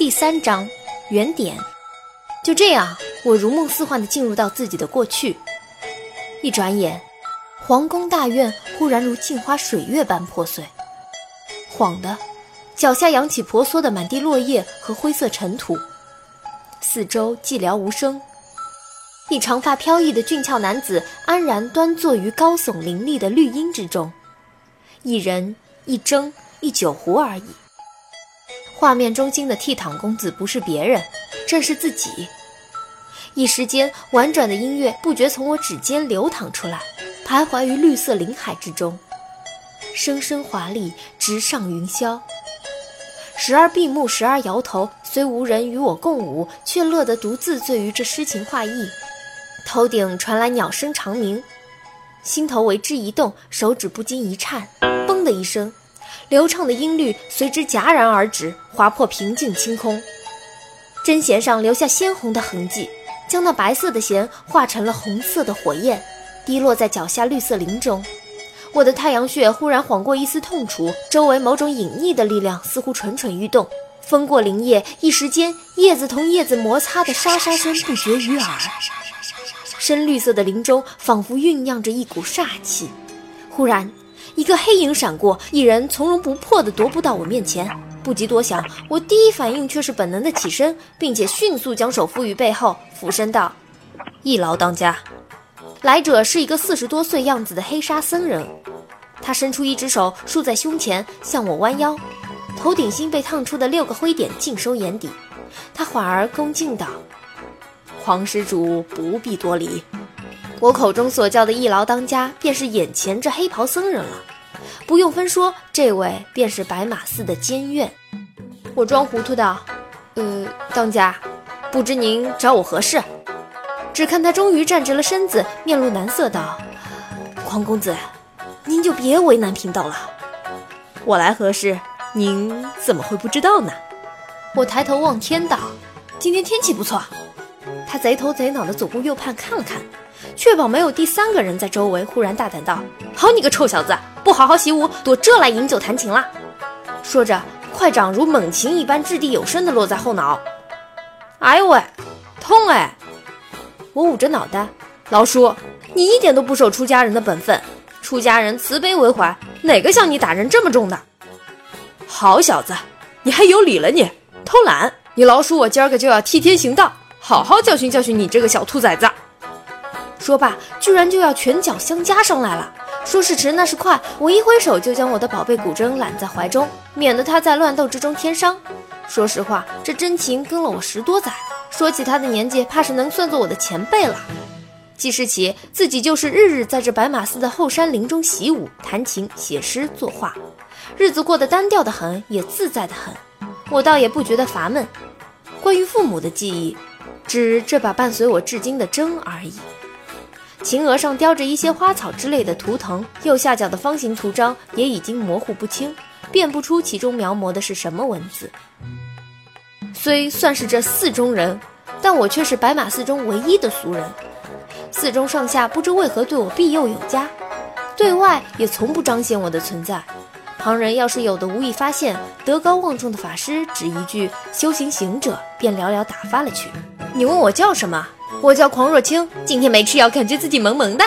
第3章原点。就这样，我如梦似幻地进入到自己的过去。一转眼，皇宫大院忽然如镜花水月般破碎。晃的，脚下扬起婆娑的满地落叶和灰色尘土，四周寂寥无声。一长发飘逸的俊俏男子安然端坐于高耸林立的绿荫之中，一人一蒸一酒壶而已。画面中心的倜傥公子不是别人，正是自己。一时间，婉转的音乐不觉从我指尖流淌出来，徘徊于绿色林海之中，声声华丽，直上云霄。时而闭目，时而摇头，虽无人与我共舞，却乐得独自醉于这诗情画意。头顶传来鸟声长鸣，心头为之一动，手指不禁一颤，嘣的一声，流畅的音律随之戛然而止，划破平静清空。针弦上留下鲜红的痕迹，将那白色的弦化成了红色的火焰，滴落在脚下绿色林中。我的太阳穴忽然晃过一丝痛楚，周围某种隐匿的力量似乎蠢蠢欲动，风过林叶，一时间叶子同叶子摩擦的沙沙声不绝于耳。深绿色的林中仿佛酝酿着一股煞气。忽然一个黑影闪过，一人从容不迫地踱步到我面前。不及多想，我第一反应却是本能的起身，并且迅速将手负于背后，俯身道：一劳当家。来者是一个40多岁样子的黑纱僧人，他伸出一只手竖在胸前，向我弯腰，头顶心被烫出的6个灰点尽收眼底。他缓而恭敬道：黄施主不必多礼。我口中所叫的一劳当家，便是眼前这黑袍僧人了。不用分说，这位便是白马寺的监院。我装糊涂道：当家，不知您找我何事？只看他终于站直了身子，面露难色道：黄公子，您就别为难贫道了。我来何事，您怎么会不知道呢？我抬头望天道：今天天气不错。他贼头贼脑地左顾右盼看了看，确保没有第3个人在周围，忽然大胆道：好你个臭小子，不好好习武，躲这来饮酒弹琴啦！说着，快掌如猛禽一般掷地有声地落在后脑。哎呦喂，痛哎！我捂着脑袋，老叔，你一点都不守出家人的本分，出家人慈悲为怀，哪个像你打人这么重的？好小子，你还有理了你，偷懒！你老叔我今儿个就要替天行道，好好教训教训你这个小兔崽子。说罢，居然就要拳脚相加上来了。说时迟，那时快，我一挥手就将我的宝贝古筝揽在怀中，免得他在乱斗之中添伤。说实话，这真情跟了我10多载，说起他的年纪，怕是能算作我的前辈了。记事起，自己就是日日在这白马寺的后山林中习武、弹琴、写诗、作画，日子过得单调得很，也自在得很。我倒也不觉得乏闷。关于父母的记忆，只这把伴随我至今的针而已。琴额上雕着一些花草之类的图腾，右下角的方形图章也已经模糊不清，辨不出其中描摹的是什么文字。虽算是这寺中人，但我却是白马寺中唯一的俗人。寺中上下不知为何对我庇佑有加，对外也从不彰显我的存在。旁人要是有的无意发现，德高望重的法师只一句修行行者，便寥寥打发了去。你问我叫什么？我叫狂若清，今天没吃药，感觉自己萌萌的。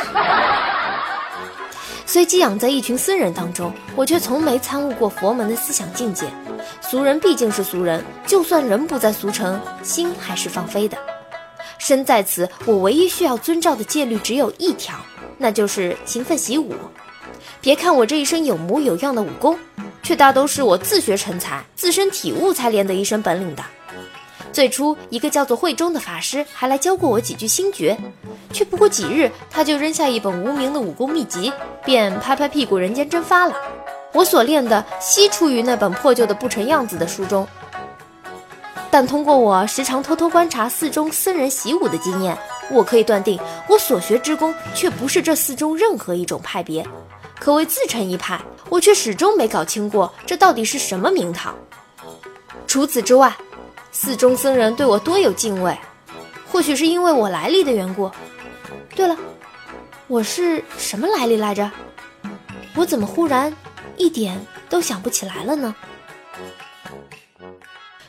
虽寄养在一群僧人当中，我却从没参悟过佛门的思想境界。俗人毕竟是俗人，就算人不在俗城，心还是放飞的。身在此，我唯一需要遵照的戒律只有一条，那就是勤奋习武。别看我这一身有模有样的武功，却大都是我自学成才，自身体悟才练得一身本领的。最初一个叫做慧中的法师还来教过我几句心诀，却不过几日，他就扔下一本无名的武功秘籍，便拍拍屁股人间蒸发了。我所练的悉出于那本破旧的不成样子的书中，但通过我时常偷偷观察寺中僧人习武的经验，我可以断定我所学之功却不是这寺中任何一种派别，可谓自成一派。我却始终没搞清过这到底是什么名堂。除此之外，寺中僧人对我多有敬畏，或许是因为我来历的缘故。对了，我是什么来历来着？我怎么忽然一点都想不起来了呢？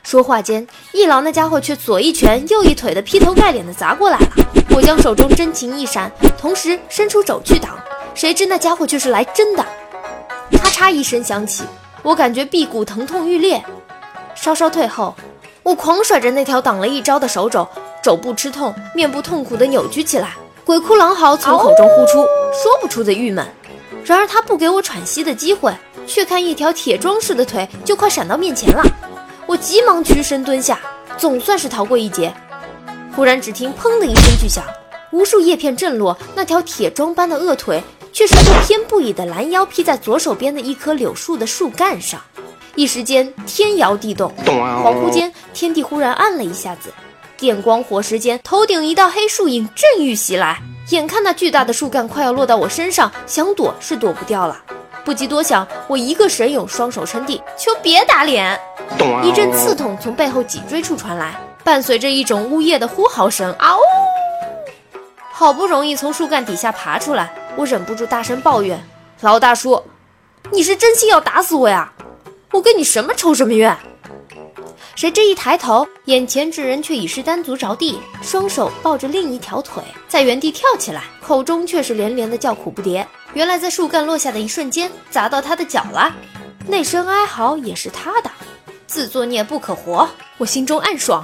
说话间，一郎那家伙却左一拳右一腿的劈头盖脸的砸过来了。我将手中真情一闪，同时伸出肘去挡，谁知那家伙却是来真的。咔嚓一声响起，我感觉臂骨疼痛欲裂。稍稍退后，我狂甩着那条挡了一招的手肘，肘部吃痛，面部痛苦地扭曲起来，鬼哭狼嚎从口中呼出，说不出的郁闷。然而他不给我喘息的机会，却看一条铁桩似的腿就快闪到面前了。我急忙屈身蹲下，总算是逃过一劫。忽然只听砰的一声巨响，无数叶片震落，那条铁桩般的恶腿却是不偏不倚的拦腰劈在左手边的一棵柳树的树干上。一时间天摇地动，恍惚间天地忽然暗了一下子，电光火石间，头顶一道黑树影正欲袭来。眼看那巨大的树干快要落到我身上，想躲是躲不掉了。不及多想，我一个神勇，双手撑地，求别打脸。一阵刺痛从背后脊椎处传来，伴随着一种呜咽的呼嚎声。嗷！好不容易从树干底下爬出来，我忍不住大声抱怨：老大叔，你是真心要打死我呀？我跟你什么仇什么怨？谁知一抬头，眼前之人却已是单足着地，双手抱着另一条腿，在原地跳起来，口中却是连连的叫苦不迭。原来在树干落下的一瞬间，砸到他的脚了，那声哀嚎也是他的。自作孽不可活，我心中暗爽。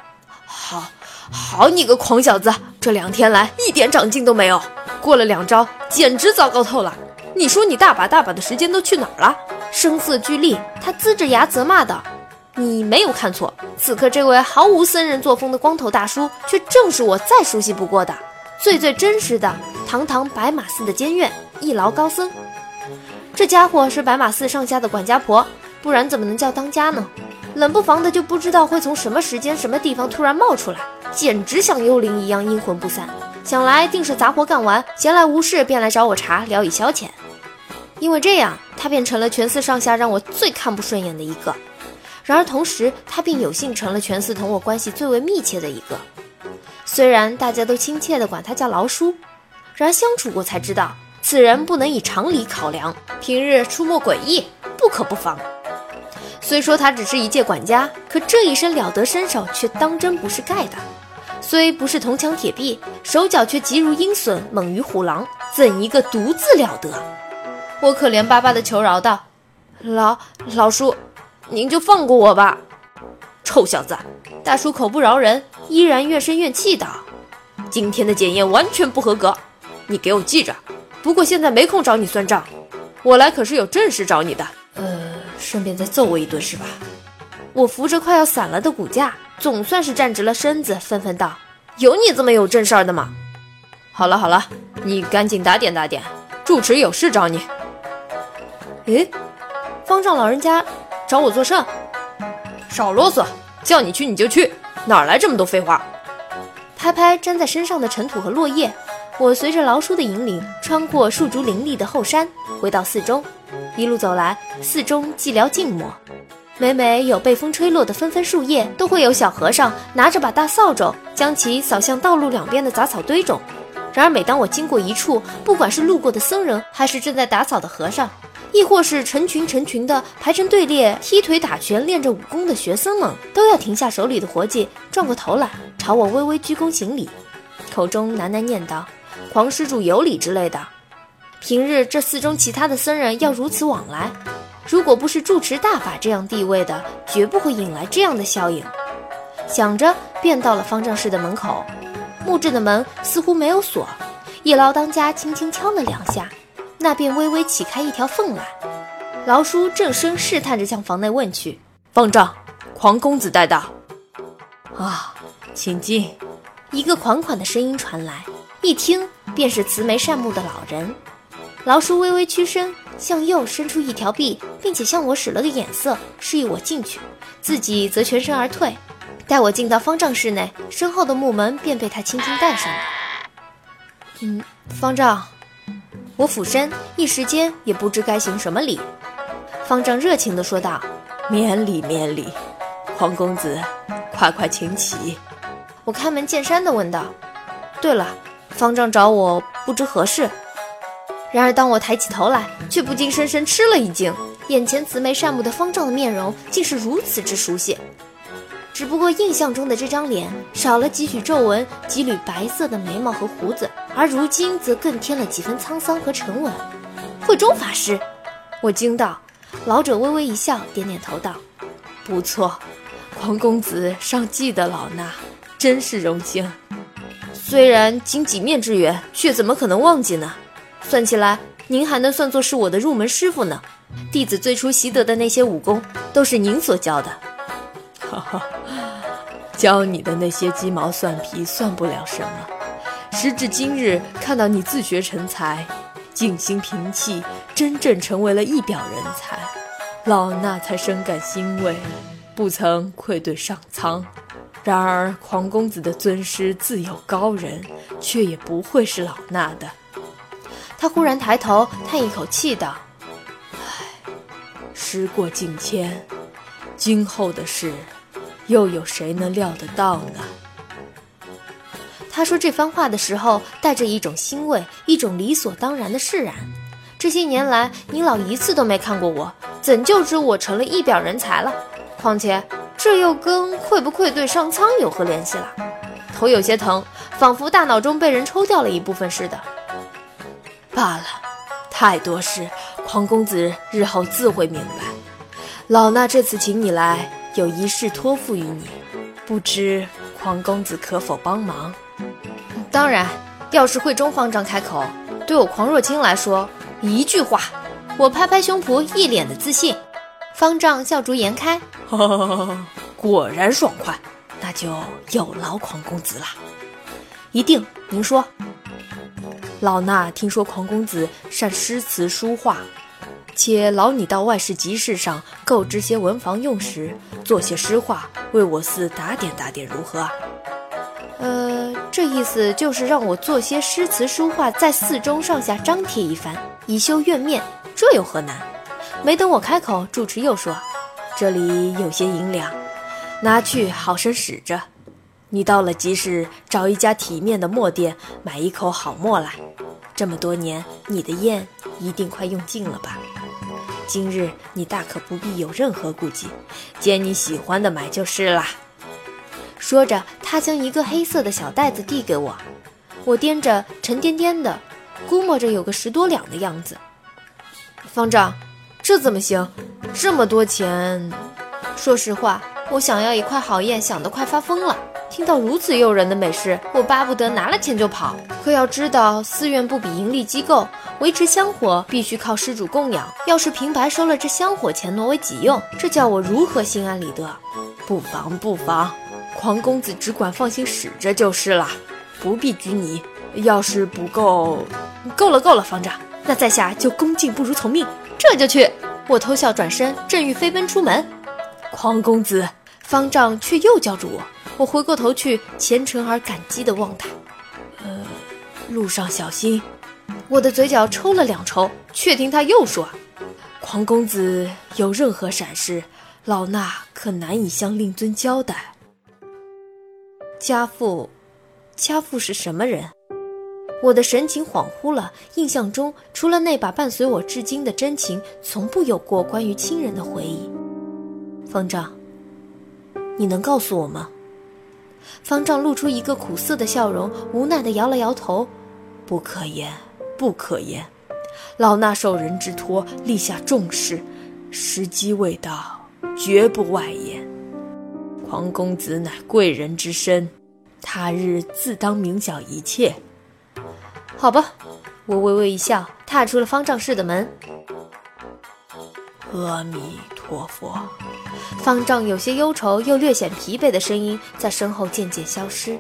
好你个狂小子，这2天来一点长进都没有，过了2招，简直糟糕透了。你说你大把的时间都去哪儿了？声色俱厉，他呲着牙责骂道。你没有看错，此刻这位毫无僧人作风的光头大叔，却正是我再熟悉不过的、最真实的堂堂白马寺的监院一劳高僧。这家伙是白马寺上下的管家婆，不然怎么能叫当家呢？冷不防的就不知道会从什么时间什么地方突然冒出来，简直像幽灵一样阴魂不散。想来定是杂活干完，闲来无事便来找我茬聊以消遣。因为这样，他便成了全寺上下让我最看不顺眼的一个。然而同时，他便有幸成了全寺同我关系最为密切的一个。虽然大家都亲切地管他叫老叔，然而相处过才知道，此人不能以常理考量，平日出没诡异，不可不防。虽说他只是一介管家，可这一身了得身手却当真不是盖的。虽不是铜墙铁壁，手脚却急如鹰隼，猛于虎狼，怎一个独自了得！我可怜巴巴地求饶道：老叔，您就放过我吧。臭小子！大叔口不饶人，依然怨声怨气道：今天的检验完全不合格，你给我记着。不过现在没空找你算账，我来可是有正事找你的。顺便再揍我一顿是吧？我扶着快要散了的骨架，总算是站直了身子，愤愤道：有你这么有正事儿的吗？好了，你赶紧打点，住持有事找你。诶，方丈老人家找我做甚？少啰嗦，叫你去你就去，哪来这么多废话？拍拍粘在身上的尘土和落叶，我随着老叔的引领，穿过树竹林立的后山，回到寺中。一路走来，寺中寂寥静默，每每有被风吹落的纷纷树叶，都会有小和尚拿着把大扫帚，将其扫向道路两边的杂草堆中。然而每当我经过一处，不管是路过的僧人，还是正在打扫的和尚，亦或是成群的排成队列踢腿打拳练着武功的学僧们，都要停下手里的活计，转过头来朝我微微鞠躬行礼，口中喃喃念叨：黄施主有礼之类的。平日这寺中其他的僧人要如此往来，如果不是住持大法这样地位的，绝不会引来这样的效应。想着便到了方丈室的门口，木质的门似乎没有锁，一劳当家轻轻敲了2下，那便微微起开一条缝来。劳叔正声试探着向房内问去：方丈，狂公子带到。啊，请进。一个款款的声音传来，一听便是慈眉善目的老人。劳叔微微屈身，向右伸出一条臂，并且向我使了个眼色，示意我进去，自己则全身而退。待我进到方丈室内，身后的木门便被他轻轻带上了。方丈，我俯身，一时间也不知该行什么礼。方丈热情地说道：免礼，黄公子，快请起。我开门见山地问道：对了，方丈找我不知何事。然而当我抬起头来，却不禁深深吃了一惊，眼前慈眉善目的方丈的面容竟是如此之熟悉。 只不过印象中的这张脸少了几许皱纹，几缕白色的眉毛和胡子，而如今则更添了几分沧桑和沉稳。慧中法师，我惊道。老者微微一笑，点点头道：“不错，狂公子尚记得老衲，真是荣幸。虽然仅几面之缘，却怎么可能忘记呢？算起来，您还能算作是我的入门师傅呢。弟子最初习得的那些武功，都是您所教的。”哈哈，教你的那些鸡毛蒜皮算不了什么。时至今日，看到你自学成才，静心平气，真正成为了一表人才，老衲才深感欣慰，不曾愧对上苍。然而狂公子的尊师自有高人，却也不会是老衲的。他忽然抬头叹一口气道：“唉，时过境迁，今后的事，又有谁能料得到呢？”他说这番话的时候，带着一种欣慰，一种理所当然的释然。这些年来，您老一次都没看过我，怎就知我成了一表人才了？况且，这又跟愧不愧对上苍有何联系了？头有些疼，仿佛大脑中被人抽掉了一部分似的。罢了，太多事，狂公子日后自会明白。老衲这次请你来，有一事托付于你，不知狂公子可否帮忙？当然，要是慧中方丈开口，对我狂若清来说，一句话，我拍拍胸脯，一脸的自信。方丈笑逐颜开，果然爽快，那就有劳狂公子啦。一定，您说。老衲听说狂公子善诗词书画，且劳你到外事集市上购置些文房用时，做些诗画，为我寺打点打点，如何啊？这意思就是让我做些诗词书画，在寺中上下张贴一番，以修院面，这有何难？没等我开口，住持又说：“这里有些银两，拿去好生使着。你到了集市，找一家体面的墨店，买一口好墨来。这么多年，你的烟一定快用尽了吧？今日你大可不必有任何顾忌，捡你喜欢的买就是啦。”说着，他将一个黑色的小袋子递给我，我掂着沉甸甸的，估摸着有个10多两的样子。方丈，这怎么行？这么多钱？说实话，我想要一块好烟，想得快发疯了。听到如此诱人的美事，我巴不得拿了钱就跑。可要知道，寺院不比盈利机构，维持香火必须靠施主供养。要是平白收了这香火钱挪为己用，这叫我如何心安理得？不妨不妨，狂公子只管放心使着就是了，不必拘泥。要是不够，够了，方丈，那在下就恭敬不如从命，这就去。我偷笑转身，正欲飞奔出门，狂公子，方丈却又叫住我。我回过头去，虔诚而感激地望他。路上小心。我的嘴角抽了2抽，却听他又说：“狂公子有任何闪失，老衲可难以向令尊交代。”家父是什么人？我的神情恍惚了，印象中除了那把伴随我至今的真情，从不有过关于亲人的回忆。方丈，你能告诉我吗？方丈露出一个苦涩的笑容，无奈地摇了摇头：“不可言，不可言。老衲受人之托，立下重誓，时机未到，绝不外言。狂公子乃贵人之身，他日自当明晓一切。”好吧，我微微一笑，踏出了方丈室的门。阿弥陀佛。方丈有些忧愁又略显疲惫的声音在身后渐渐消失。